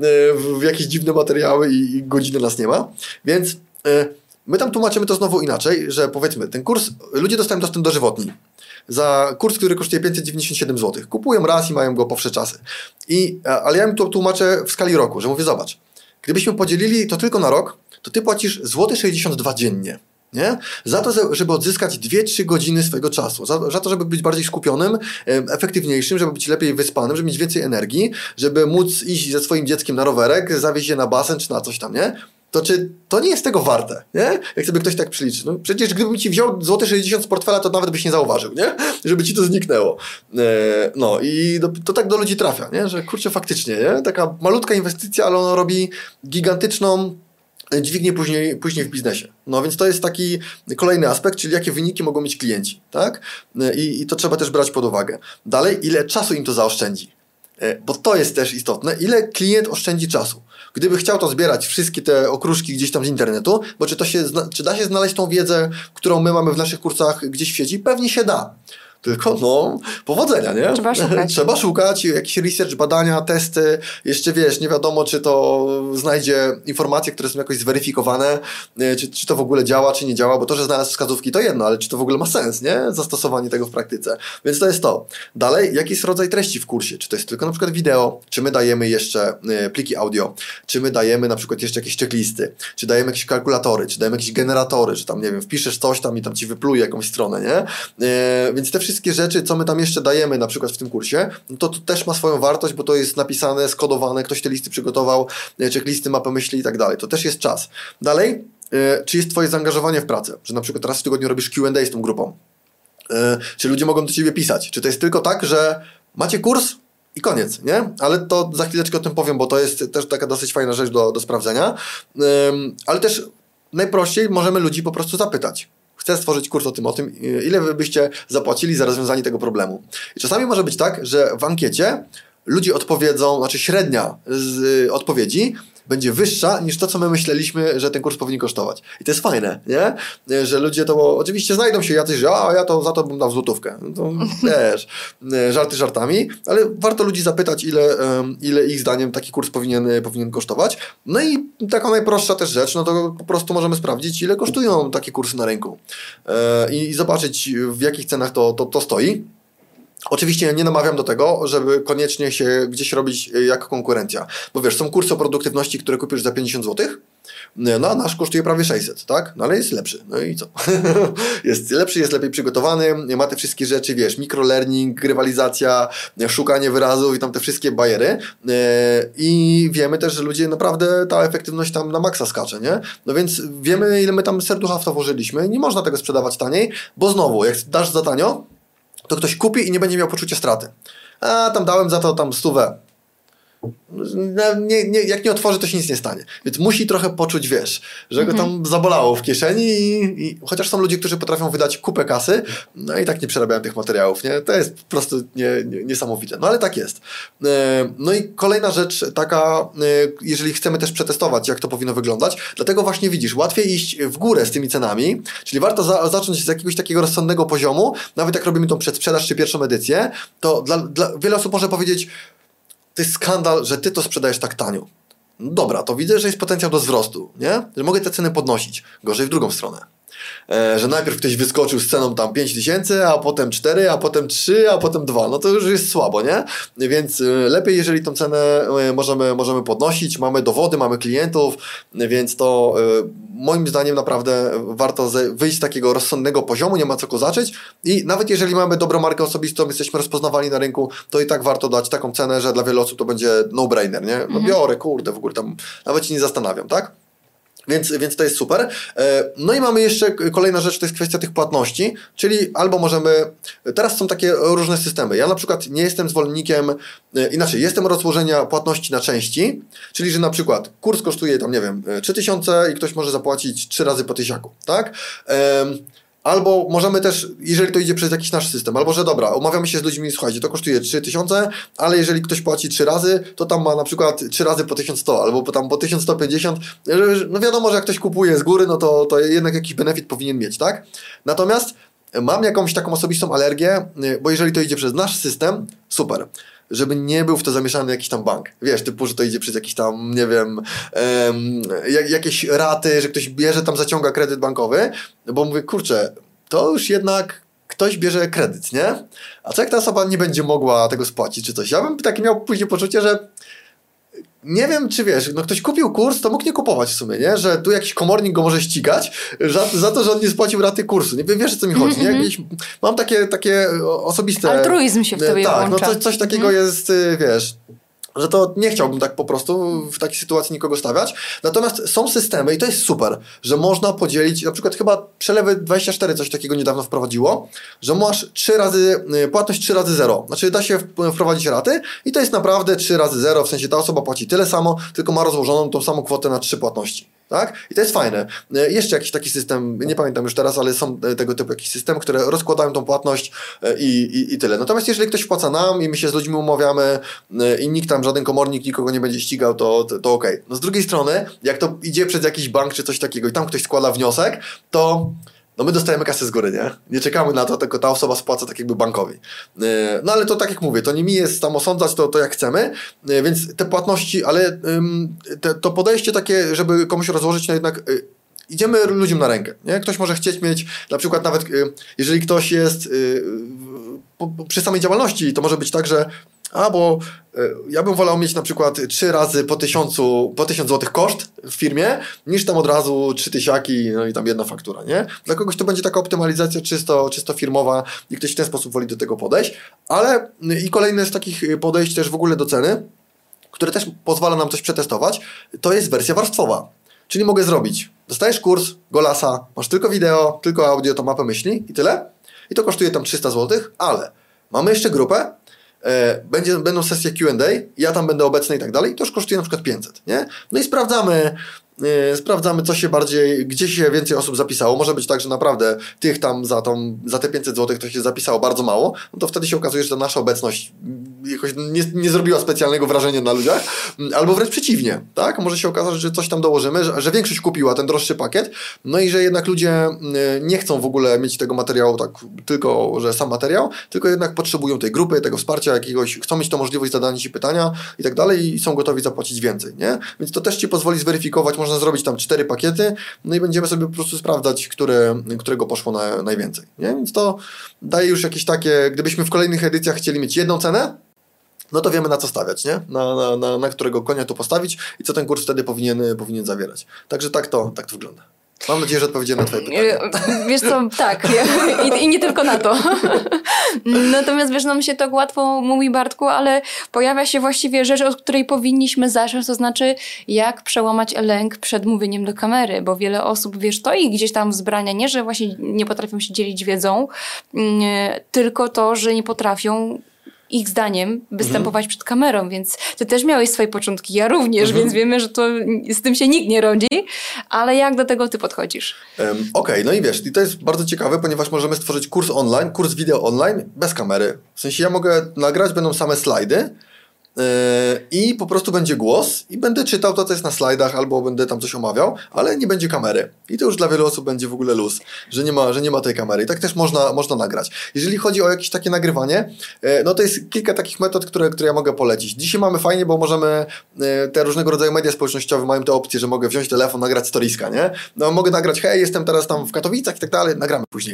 w jakieś dziwne materiały i, i godziny nas nie ma, więc y, my tam tłumaczymy to znowu inaczej, że powiedzmy, ten kurs, ludzie dostają dostęp dożywotni za kurs, który kosztuje pięćset dziewięćdziesiąt siedem złotych. Kupują raz i mają go po wsze czasy. I, ale ja im to tłumaczę w skali roku, że mówię, zobacz, gdybyśmy podzielili to tylko na rok, to ty płacisz złoty sześćdziesiąt dwa dziennie. Nie? Za to, żeby odzyskać dwie trzy godziny swojego czasu. Za, za to, żeby być bardziej skupionym, efektywniejszym, żeby być lepiej wyspanym, żeby mieć więcej energii, żeby móc iść ze swoim dzieckiem na rowerek, zawieźć je na basen czy na coś tam, nie? To czy to nie jest tego warte, nie? Jak sobie ktoś tak przeliczy. No przecież gdybym ci wziął złoty sześćdziesiąt z portfela, to nawet byś nie zauważył, nie? Żeby ci to zniknęło. E, no i do, to tak do ludzi trafia, nie? Że kurczę, faktycznie, nie? Taka malutka inwestycja, ale ona robi gigantyczną dźwignię później, później w biznesie. No więc to jest taki kolejny aspekt, czyli jakie wyniki mogą mieć klienci, tak? I, i to trzeba też brać pod uwagę. Dalej, ile czasu im to zaoszczędzi. Bo to jest też istotne. Ile klient oszczędzi czasu. Gdyby chciał to zbierać, wszystkie te okruszki gdzieś tam z internetu, bo czy, to się, czy da się znaleźć tą wiedzę, którą my mamy w naszych kursach gdzieś w sieci? Pewnie się da. Tylko no, powodzenia, nie? Trzeba szukać. Trzeba szukać, jakiś research, badania, testy. Jeszcze wiesz, nie wiadomo, czy to znajdzie informacje, które są jakoś zweryfikowane, czy, czy to w ogóle działa, czy nie działa, bo to, że znalazł wskazówki, to jedno, ale czy to w ogóle ma sens, nie? Zastosowanie tego w praktyce. Więc to jest to. Dalej, jaki jest rodzaj treści w kursie? Czy to jest tylko na przykład wideo, czy my dajemy jeszcze pliki audio, czy my dajemy na przykład jeszcze jakieś checklisty, czy dajemy jakieś kalkulatory, czy dajemy jakieś generatory, że tam, nie wiem, wpiszesz coś tam i tam ci wypluje jakąś stronę, nie? Więc te wszystkie rzeczy, co my tam jeszcze dajemy na przykład w tym kursie, no to, to też ma swoją wartość, bo to jest napisane, skodowane, ktoś te listy przygotował, checklisty, mapę myśli i tak dalej. To też jest czas. Dalej, yy, czy jest twoje zaangażowanie w pracę? Że na przykład raz w tygodniu robisz Q and A z tą grupą. Yy, czy ludzie mogą do ciebie pisać? Czy to jest tylko tak, że macie kurs i koniec, nie? Ale to za chwileczkę o tym powiem, bo to jest też taka dosyć fajna rzecz do, do sprawdzenia. Yy, ale też najprościej możemy ludzi po prostu zapytać. Chcę stworzyć kurs o tym, o tym, ile wy byście zapłacili za rozwiązanie tego problemu. I czasami może być tak, że w ankiecie ludzie odpowiedzą, znaczy średnia z odpowiedzi będzie wyższa niż to, co my myśleliśmy, że ten kurs powinien kosztować. I to jest fajne, nie? Że ludzie to, oczywiście znajdą się jacyś, że a ja to za to bym dał złotówkę. No to wiesz, żarty żartami, ale warto ludzi zapytać, ile, ile ich zdaniem taki kurs powinien, powinien kosztować. No i taka najprostsza też rzecz, no to po prostu możemy sprawdzić, ile kosztują takie kursy na rynku i zobaczyć, w jakich cenach to, to, to stoi. Oczywiście nie namawiam do tego, żeby koniecznie się gdzieś robić jak konkurencja. Bo wiesz, są kursy o produktywności, które kupisz za pięćdziesiąt złotych, no a nasz kosztuje prawie sześćset, tak? No ale jest lepszy. No i co? Jest lepszy, jest lepiej przygotowany, ma te wszystkie rzeczy, wiesz, mikrolearning, rywalizacja, szukanie wyrazów i tam te wszystkie bajery. I wiemy też, że ludzie naprawdę, ta efektywność tam na maksa skacze, nie? No więc wiemy, ile my tam serducha w to włożyliśmy. Nie można tego sprzedawać taniej, bo znowu, jak dasz za tanio, to ktoś kupi i nie będzie miał poczucia straty. A tam dałem za to tam stówę. nie, nie, jak nie otworzy, to się nic nie stanie. Więc musi trochę poczuć, wiesz, że go tam zabolało w kieszeni i, i chociaż są ludzie, którzy potrafią wydać kupę kasy, no i tak nie przerabiają tych materiałów, nie? To jest po prostu nie, nie, niesamowite. No ale tak jest. No i kolejna rzecz taka, jeżeli chcemy też przetestować, jak to powinno wyglądać, dlatego właśnie widzisz, łatwiej iść w górę z tymi cenami, czyli warto za, zacząć z jakiegoś takiego rozsądnego poziomu, nawet jak robimy tą przedsprzedaż czy pierwszą edycję, to dla, dla wiele osób może powiedzieć, to jest skandal, że ty to sprzedajesz tak tanio. No dobra, to widzę, że jest potencjał do wzrostu, nie? Że mogę te ceny podnosić. Gorzej w drugą stronę. E, że najpierw ktoś wyskoczył z ceną tam pięć tysięcy, a potem cztery, a potem trzy, a potem dwa. No to już jest słabo, nie? Więc y, lepiej, jeżeli tą cenę y, możemy, możemy podnosić, mamy dowody, mamy klientów, y, więc to y, moim zdaniem naprawdę warto ze, wyjść z takiego rozsądnego poziomu, nie ma co kozaczyć i nawet jeżeli mamy dobrą markę osobistą, jesteśmy rozpoznawani na rynku, to i tak warto dać taką cenę, że dla wielu osób to będzie no-brainer, nie? No biorę, kurde, w ogóle tam nawet się nie zastanawiam, tak? Więc, więc to jest super. No i mamy jeszcze kolejna rzecz, to jest kwestia tych płatności, czyli albo możemy, teraz są takie różne systemy. Ja na przykład nie jestem zwolennikiem, inaczej, jestem rozłożenia płatności na części, czyli że na przykład kurs kosztuje tam, nie wiem, trzy tysiące i ktoś może zapłacić trzy razy po tysiaku, tak? Albo możemy też, jeżeli to idzie przez jakiś nasz system, albo że dobra, umawiamy się z ludźmi, słuchajcie, to kosztuje trzy tysiące, ale jeżeli ktoś płaci trzy razy, to tam ma na przykład trzy razy po tysiąc sto, albo po tam po tysiąc sto pięćdziesiąt, no wiadomo, że jak ktoś kupuje z góry, no to, to jednak jakiś benefit powinien mieć, tak? Natomiast mam jakąś taką osobistą alergię, bo jeżeli to idzie przez nasz system, super. Żeby nie był w to zamieszany jakiś tam bank. Wiesz, typu, że to idzie przez jakiś tam, nie wiem, um, jak, jakieś raty, że ktoś bierze, tam zaciąga kredyt bankowy, bo mówię, kurczę, to już jednak ktoś bierze kredyt, nie? A co jak ta osoba nie będzie mogła tego spłacić, czy coś? Ja bym takie miał później poczucie, że nie wiem, czy wiesz, no ktoś kupił kurs, to mógł nie kupować w sumie, nie? Że tu jakiś komornik go może ścigać za, za to, że on nie spłacił raty kursu. Nie wiesz, o co mi chodzi, nie? Jakieś, mam takie, takie osobiste... Altruizm się w tobie tak, włącza. no coś, coś takiego mm. jest, wiesz... że to nie chciałbym tak po prostu w takiej sytuacji nikogo stawiać. Natomiast są systemy i to jest super, że można podzielić, na przykład chyba Przelewy dwadzieścia cztery coś takiego niedawno wprowadziło, że masz trzy razy, płatność trzy razy zero. Znaczy da się wprowadzić raty i to jest naprawdę trzy razy zero, w sensie ta osoba płaci tyle samo, tylko ma rozłożoną tą samą kwotę na trzy płatności. Tak? I to jest fajne. Jeszcze jakiś taki system, nie pamiętam już teraz, ale są tego typu jakiś systemy, które rozkładają tą płatność i, i, i tyle. Natomiast jeżeli ktoś wpłaca nam i my się z ludźmi umawiamy i nikt tam, żaden komornik nikogo nie będzie ścigał, to, to, to okej. Okay. No z drugiej strony, jak to idzie przez jakiś bank czy coś takiego i tam ktoś składa wniosek, to no my dostajemy kasę z góry, nie? Nie czekamy na to, tylko ta osoba spłaca tak jakby bankowi. No ale to tak jak mówię, to nie mi jest tam osądzać, to, to jak chcemy, więc te płatności, ale te, to podejście takie, żeby komuś rozłożyć, no jednak idziemy ludziom na rękę, nie? Ktoś może chcieć mieć, na przykład nawet jeżeli ktoś jest przy samej działalności, to może być tak, że a, bo y, ja bym wolał mieć na przykład trzy razy po tysiącu, po tysiąc złotych koszt w firmie, niż tam od razu trzy tysiaki, no i tam jedna faktura, nie? Dla kogoś to będzie taka optymalizacja czysto, czysto firmowa i ktoś w ten sposób woli do tego podejść, ale y, i kolejne z takich podejść też w ogóle do ceny, które też pozwala nam coś przetestować, to jest wersja warstwowa. Czyli mogę zrobić, dostajesz kurs Golasa, masz tylko wideo, tylko audio, to mapę myśli i tyle. I to kosztuje tam trzysta złotych, ale mamy jeszcze grupę, Będzie, będą sesje Q and A, ja tam będę obecny i tak dalej, to już kosztuje na przykład pięćset, nie? No i sprawdzamy, yy, sprawdzamy co się bardziej, gdzie się więcej osób zapisało. Może być tak, że naprawdę tych tam za, tą, za te pięćset złotych to się zapisało bardzo mało, no to wtedy się okazuje, że ta nasza obecność jakoś nie, nie zrobiła specjalnego wrażenia na ludziach, albo wręcz przeciwnie, tak? Może się okazać, że coś tam dołożymy, że, że większość kupiła ten droższy pakiet, no i że jednak ludzie nie chcą w ogóle mieć tego materiału tak tylko, że sam materiał, tylko jednak potrzebują tej grupy, tego wsparcia jakiegoś, chcą mieć tą możliwość zadania ci pytania i tak dalej i są gotowi zapłacić więcej, nie? Więc to też ci pozwoli zweryfikować, można zrobić tam cztery pakiety, no i będziemy sobie po prostu sprawdzać, które, którego poszło na, najwięcej, nie? Więc to daje już jakieś takie, gdybyśmy w kolejnych edycjach chcieli mieć jedną cenę, no to wiemy na co stawiać, nie? Na, na, na, na którego konia tu postawić i co ten kurs wtedy powinien, powinien zawierać. Także tak to, tak to wygląda. Mam nadzieję, że odpowiedziałem na twoje pytanie. Wiesz co, tak. I, i nie tylko na to. Natomiast wiesz, nam się tak łatwo mówi, Bartku, ale pojawia się właściwie rzecz, od której powinniśmy zacząć, to znaczy jak przełamać lęk przed mówieniem do kamery, bo wiele osób, wiesz, stoi gdzieś tam wzbrania, nie, że właśnie nie potrafią się dzielić wiedzą, tylko to, że nie potrafią ich zdaniem występować mhm. przed kamerą, więc ty też miałeś swoje początki, ja również, mhm. więc wiemy, że to z tym się nikt nie rodzi, ale jak do tego ty podchodzisz? Um, Okej, okay, no i wiesz, i to jest bardzo ciekawe, ponieważ możemy stworzyć kurs online, kurs wideo online bez kamery. W sensie ja mogę nagrać, będą same slajdy, i po prostu będzie głos i będę czytał to, co jest na slajdach, albo będę tam coś omawiał, ale nie będzie kamery. I to już dla wielu osób będzie w ogóle luz, że nie ma, że nie ma tej kamery. I tak też można, można nagrać. Jeżeli chodzi o jakieś takie nagrywanie, no to jest kilka takich metod, które, które ja mogę polecić. Dzisiaj mamy fajnie, bo możemy, te różnego rodzaju media społecznościowe mają tę opcję, że mogę wziąć telefon, nagrać storieska, nie? No mogę nagrać, hej, jestem teraz tam w Katowicach i tak dalej, nagramy później.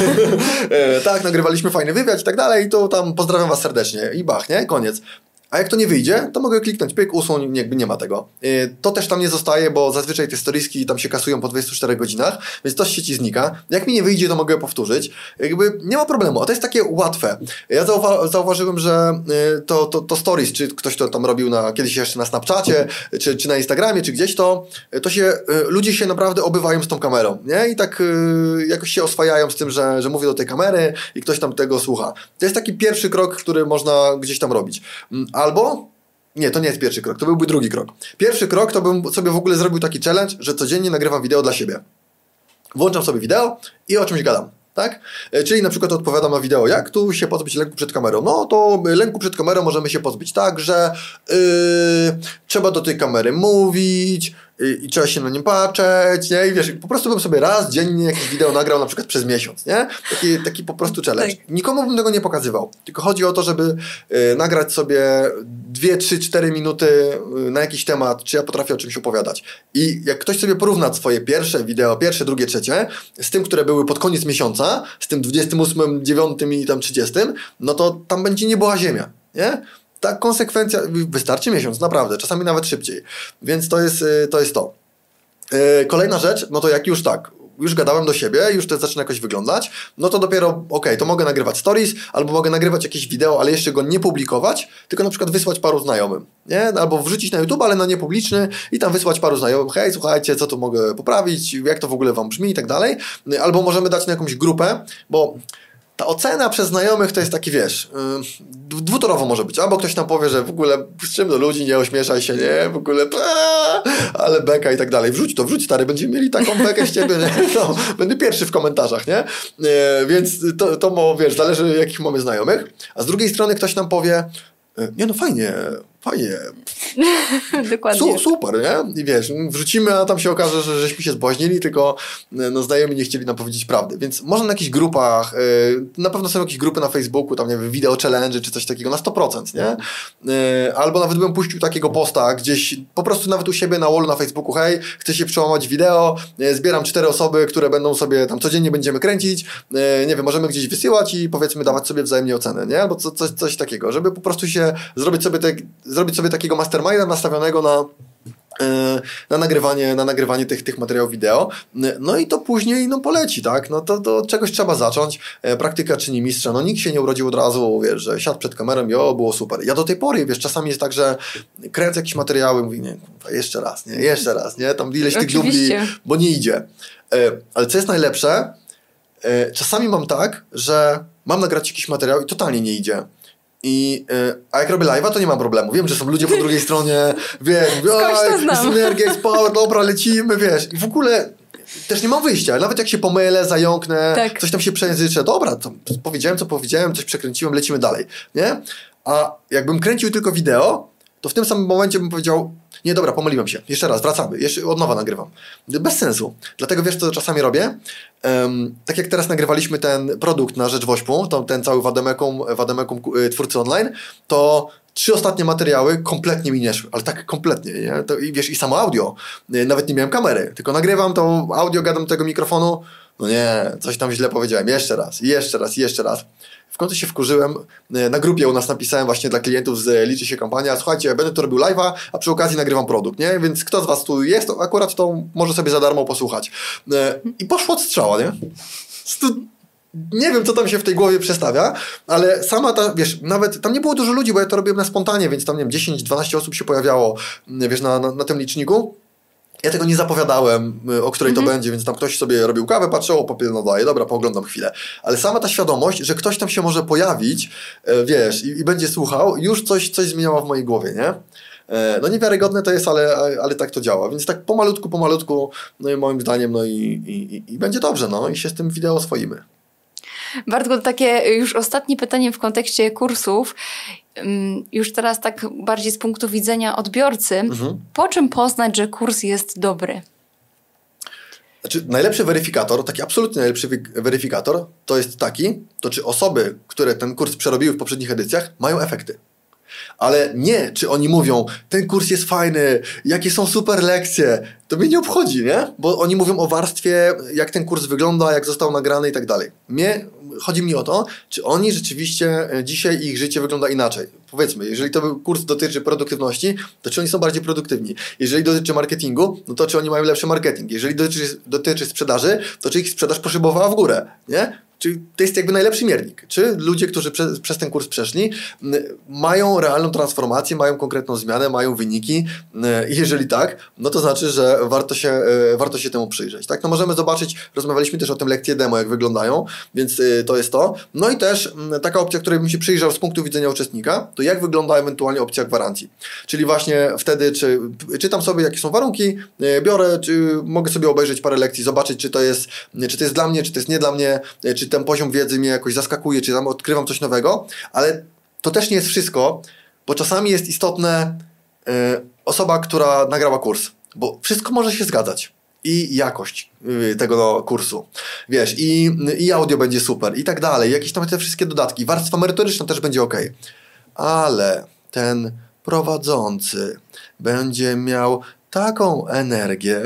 Tak, nagrywaliśmy fajny wywiad i tak dalej i to tam pozdrawiam was serdecznie i bach, nie? Koniec. A jak to nie wyjdzie, to mogę kliknąć pyk, usuń, jakby nie ma tego. Yy, to też tam nie zostaje, bo zazwyczaj te storieski tam się kasują po dwudziestu czterech godzinach, więc to z sieci znika. Jak mi nie wyjdzie, to mogę powtórzyć. Jakby nie ma problemu, a to jest takie łatwe. Ja zauwa- zauważyłem, że yy, to, to, to stories, czy ktoś to tam robił na, kiedyś jeszcze na Snapchacie, czy, czy na Instagramie, czy gdzieś to, to się, yy, ludzie się naprawdę obywają z tą kamerą, nie? I tak yy, jakoś się oswajają z tym, że, że mówię do tej kamery i ktoś tam tego słucha. To jest taki pierwszy krok, który można gdzieś tam robić. Yy, Albo, nie, to nie jest pierwszy krok, to byłby drugi krok. Pierwszy krok to bym sobie w ogóle zrobił taki challenge, że codziennie nagrywam wideo dla siebie. Włączam sobie wideo i o czymś gadam, tak? Czyli na przykład odpowiadam na wideo, jak tu się pozbyć lęku przed kamerą. No to lęku przed kamerą możemy się pozbyć tak, że yy, trzeba do tej kamery mówić, i trzeba się na nim patrzeć, nie? I wiesz, po prostu bym sobie raz dziennie jakieś wideo nagrał na przykład przez miesiąc, nie? Taki, taki po prostu challenge. Tak. Nikomu bym tego nie pokazywał. Tylko chodzi o to, żeby y, nagrać sobie dwie, trzy, cztery minuty y, na jakiś temat, czy ja potrafię o czymś opowiadać. I jak ktoś sobie porówna swoje pierwsze wideo, pierwsze, drugie, trzecie, z tym, które były pod koniec miesiąca, z tym dwudziestym ósmym, dziewiątym i tam trzydziestym, no to tam będzie nieboła ziemia, nie? Ta konsekwencja, wystarczy miesiąc, naprawdę, czasami nawet szybciej. Więc to jest to. Jest to. Kolejna rzecz, no to jak już tak, już gadałem do siebie, już to zaczyna jakoś wyglądać, no to dopiero, okej, okay, to mogę nagrywać stories, albo mogę nagrywać jakieś wideo, ale jeszcze go nie publikować, tylko na przykład wysłać paru znajomym, nie? Albo wrzucić na YouTube, ale na niepubliczny i tam wysłać paru znajomym, hej, słuchajcie, co tu mogę poprawić, jak to w ogóle wam brzmi i tak dalej. Albo możemy dać na jakąś grupę, bo ta ocena przez znajomych to jest taki, wiesz, yy, dwutorowo może być. Albo ktoś nam powie, że w ogóle z czym do ludzi, nie ośmieszaj się, nie, w ogóle aaa, ale beka i tak dalej. Wrzuć to, wrzuć stary, będziemy mieli taką bekę z ciebie, nie? No, będę pierwszy w komentarzach, nie? Yy, więc to, to mo, wiesz, zależy jakich mamy znajomych. A z drugiej strony ktoś nam powie, yy, nie no fajnie, fajnie. Dokładnie. Su, super, nie? I wiesz, wrzucimy, a tam się okaże, że żeśmy się zbłaźnili, tylko no, znajomi nie chcieli nam powiedzieć prawdy. Więc może na jakichś grupach, yy, na pewno są jakieś grupy na Facebooku, tam nie wiem, video challenge czy coś takiego na sto procent, nie? Yy, albo nawet bym puścił takiego posta gdzieś, po prostu nawet u siebie na wallu na Facebooku, hej, chcę się przełamać wideo, yy, zbieram cztery osoby, które będą sobie tam codziennie będziemy kręcić, yy, nie wiem, możemy gdzieś wysyłać i powiedzmy dawać sobie wzajemnie ocenę, nie? Albo co, coś, coś takiego, żeby po prostu się zrobić sobie te, zrobić sobie takiego masterminda nastawionego na, na nagrywanie, na nagrywanie tych, tych materiałów wideo. No i to później no, poleci, tak? No to, to czegoś trzeba zacząć. Praktyka czyni mistrza. No nikt się nie urodził od razu, wiesz, że siadł przed kamerą i o, było super. Ja do tej pory, wiesz, czasami jest tak, że kręcę jakieś materiały, mówię, nie, jeszcze raz, nie, jeszcze raz, nie, tam ileś tych dubli, bo nie idzie. Ale co jest najlepsze, czasami mam tak, że mam nagrać jakiś materiał i totalnie nie idzie. I, yy, a jak robię live'a, to nie mam problemu. Wiem, że są ludzie po drugiej stronie, wiesz, jest energia, jest power, dobra, lecimy, wiesz. I w ogóle też nie mam wyjścia. Nawet jak się pomylę, zająknę, tak. Coś tam się przejęzyczę, dobra, to powiedziałem, co powiedziałem, coś przekręciłem, lecimy dalej, nie? A jakbym kręcił tylko wideo, to w tym samym momencie bym powiedział, nie, dobra, pomyliłem się, jeszcze raz, wracamy, jeszcze od nowa nagrywam. Bez sensu. Dlatego wiesz, co czasami robię? Um, tak jak teraz nagrywaliśmy ten produkt na rzecz Wośpu, to, ten cały Wademekum, Wademekum twórcy online, to trzy ostatnie materiały kompletnie mi nie szły, ale tak kompletnie, nie? To, i wiesz, i samo audio, nawet nie miałem kamery, tylko nagrywam to audio, gadam do tego mikrofonu, no nie, coś tam źle powiedziałem, jeszcze raz, jeszcze raz, jeszcze raz. W końcu się wkurzyłem, na grupie u nas napisałem właśnie dla klientów z Liczy się kampania, słuchajcie, będę tu robił live'a, a przy okazji nagrywam produkt, nie? Więc kto z was tu jest, to akurat to może sobie za darmo posłuchać. I poszło od strzała, nie? Nie wiem, co tam się w tej głowie przestawia, ale sama ta, wiesz, nawet tam nie było dużo ludzi, bo ja to robiłem na spontanie, więc tam, nie wiem, dziesięć dwanaście osób się pojawiało, wiesz, na, na, na tym liczniku. Ja tego nie zapowiadałem, o której mm-hmm. to będzie, więc tam ktoś sobie robił kawę, patrzył, popiel no daje, dobra, pooglądam chwilę. Ale sama ta świadomość, że ktoś tam się może pojawić, wiesz, i, i będzie słuchał, już coś, coś zmieniała w mojej głowie, nie? No niewiarygodne to jest, ale, ale tak to działa. Więc tak pomalutku, pomalutku, no i moim zdaniem, no i, i, i będzie dobrze, no i się z tym wideo oswoimy. Bartku, to takie już ostatnie pytanie w kontekście kursów. Już teraz tak bardziej z punktu widzenia odbiorcy. Mhm. Po czym poznać, że kurs jest dobry? Znaczy, najlepszy weryfikator, taki absolutnie najlepszy weryfikator, to jest taki, to czy osoby, które ten kurs przerobiły w poprzednich edycjach, mają efekty. Ale nie, czy oni mówią, ten kurs jest fajny, jakie są super lekcje, to mnie nie obchodzi, nie? Bo oni mówią o warstwie, jak ten kurs wygląda, jak został nagrany i tak dalej. Mnie, chodzi mi o to, czy oni rzeczywiście, dzisiaj ich życie wygląda inaczej. Powiedzmy, jeżeli to kurs dotyczy produktywności, to czy oni są bardziej produktywni? Jeżeli dotyczy marketingu, no to czy oni mają lepszy marketing? Jeżeli dotyczy, dotyczy sprzedaży, to czy ich sprzedaż poszybowała w górę, nie? Czyli to jest jakby najlepszy miernik. Czy ludzie, którzy prze, przez ten kurs przeszli, mają realną transformację, mają konkretną zmianę, mają wyniki. Jeżeli tak, no to znaczy, że warto się, warto się temu przyjrzeć. Tak? No możemy zobaczyć, rozmawialiśmy też o tym lekcje demo, jak wyglądają, więc to jest to. No i też taka opcja, której bym się przyjrzał z punktu widzenia uczestnika, to jak wygląda ewentualnie opcja gwarancji. Czyli właśnie wtedy, czy czytam sobie, jakie są warunki, biorę, czy mogę sobie obejrzeć parę lekcji, zobaczyć, czy to jest, czy to jest dla mnie, czy to jest nie dla mnie, czy ten poziom wiedzy mnie jakoś zaskakuje, czy tam odkrywam coś nowego, ale to też nie jest wszystko, bo czasami jest istotne y, osoba, która nagrała kurs, bo wszystko może się zgadzać. I jakość y, tego kursu, wiesz, i, i audio będzie super, i tak dalej, jakieś tam te wszystkie dodatki, warstwa merytoryczna też będzie ok, ale ten prowadzący będzie miał taką energię,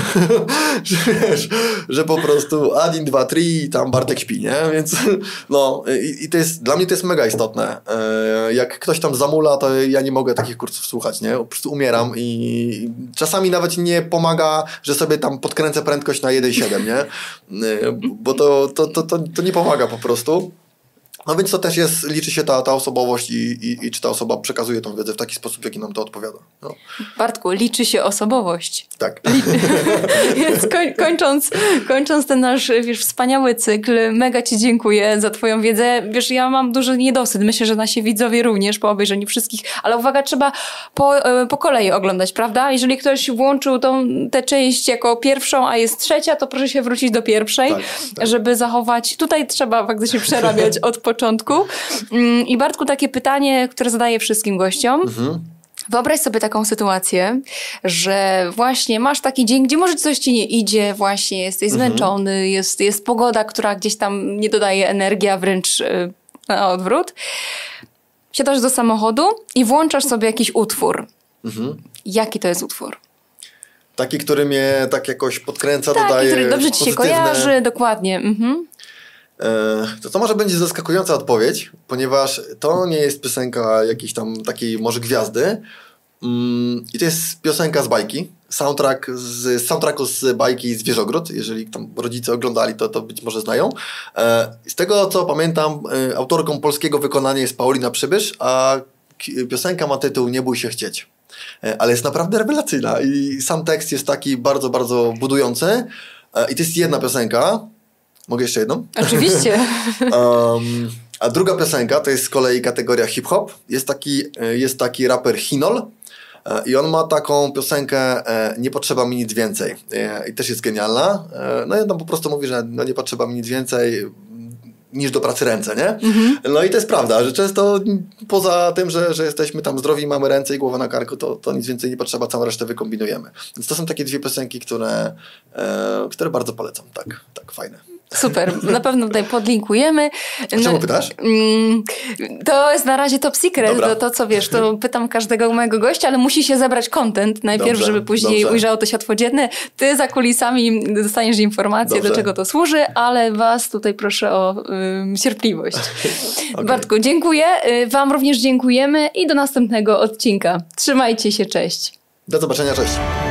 że wiesz, że po prostu Adin dwa trzy i tam Bartek śpi, nie? Więc no i, i to jest, dla mnie to jest mega istotne. E, jak ktoś tam zamula, to ja nie mogę takich kursów słuchać, nie? Po prostu umieram i czasami nawet nie pomaga, że sobie tam podkręcę prędkość na jeden przecinek siedem, nie? E, bo to, to, to, to, to nie pomaga po prostu. No więc to też jest, liczy się ta, ta osobowość i, i, i czy ta osoba przekazuje tą wiedzę w taki sposób, w jaki nam to odpowiada. No. Bartku, liczy się osobowość. Tak. Więc koń, kończąc, kończąc ten nasz, wiesz, wspaniały cykl, mega Ci dziękuję za Twoją wiedzę. Wiesz, ja mam duży niedosyt. Myślę, że nasi widzowie również po obejrzeniu wszystkich, ale uwaga, trzeba po, po kolei oglądać, prawda? Jeżeli ktoś włączył tą, tę część jako pierwszą, a jest trzecia, to proszę się wrócić do pierwszej, tak, tak. żeby zachować. Tutaj trzeba faktycznie przerabiać od początku. I Bartku, takie pytanie, które zadaję wszystkim gościom. Mhm. Wyobraź sobie taką sytuację, że właśnie masz taki dzień, gdzie może coś ci nie idzie, właśnie jesteś mhm. zmęczony, jest, jest pogoda, która gdzieś tam nie dodaje energii, a wręcz yy, na odwrót. Siadasz do samochodu i włączasz sobie jakiś utwór. Mhm. Jaki to jest utwór? Taki, który mnie tak jakoś podkręca, Taki, dodaje który dobrze ci pozytywne... się kojarzy, dokładnie. Mhm. To to może będzie zaskakująca odpowiedź, ponieważ to nie jest piosenka jakiejś tam takiej może gwiazdy i to jest piosenka z bajki, soundtrack z, z soundtracku z bajki Zwierzogród, jeżeli tam rodzice oglądali, to, to być może znają. Z tego co pamiętam, autorką polskiego wykonania jest Paulina Przybysz, a piosenka ma tytuł Nie bój się chcieć. Ale jest naprawdę rewelacyjna i sam tekst jest taki bardzo, bardzo budujący i to jest jedna piosenka. Mogę jeszcze jedną? Oczywiście. um, a druga piosenka to jest z kolei kategoria hip-hop. Jest taki, jest taki raper Hinol i on ma taką piosenkę Nie potrzeba mi nic więcej. I też jest genialna. No i on tam po prostu mówi, że no nie potrzeba mi nic więcej niż do pracy ręce, nie? Mhm. No i to jest prawda, że często poza tym, że, że jesteśmy tam zdrowi, mamy ręce i głowę na karku, to, to nic więcej nie potrzeba, całą resztę wykombinujemy. Więc to są takie dwie piosenki, które, e, które bardzo polecam. Tak, tak, fajne. Super, na pewno tutaj podlinkujemy. A czemu pytasz? To jest na razie top secret, to, to co wiesz, to pytam każdego mojego gościa, ale musi się zebrać content najpierw, dobrze, żeby później dobrze. ujrzało to światło dzienne. Ty za kulisami dostaniesz informację, dobrze. do czego to służy, ale was tutaj proszę o y, cierpliwość. Okay. Bartku, dziękuję. Wam również dziękujemy i do następnego odcinka. Trzymajcie się, cześć. Do zobaczenia, cześć.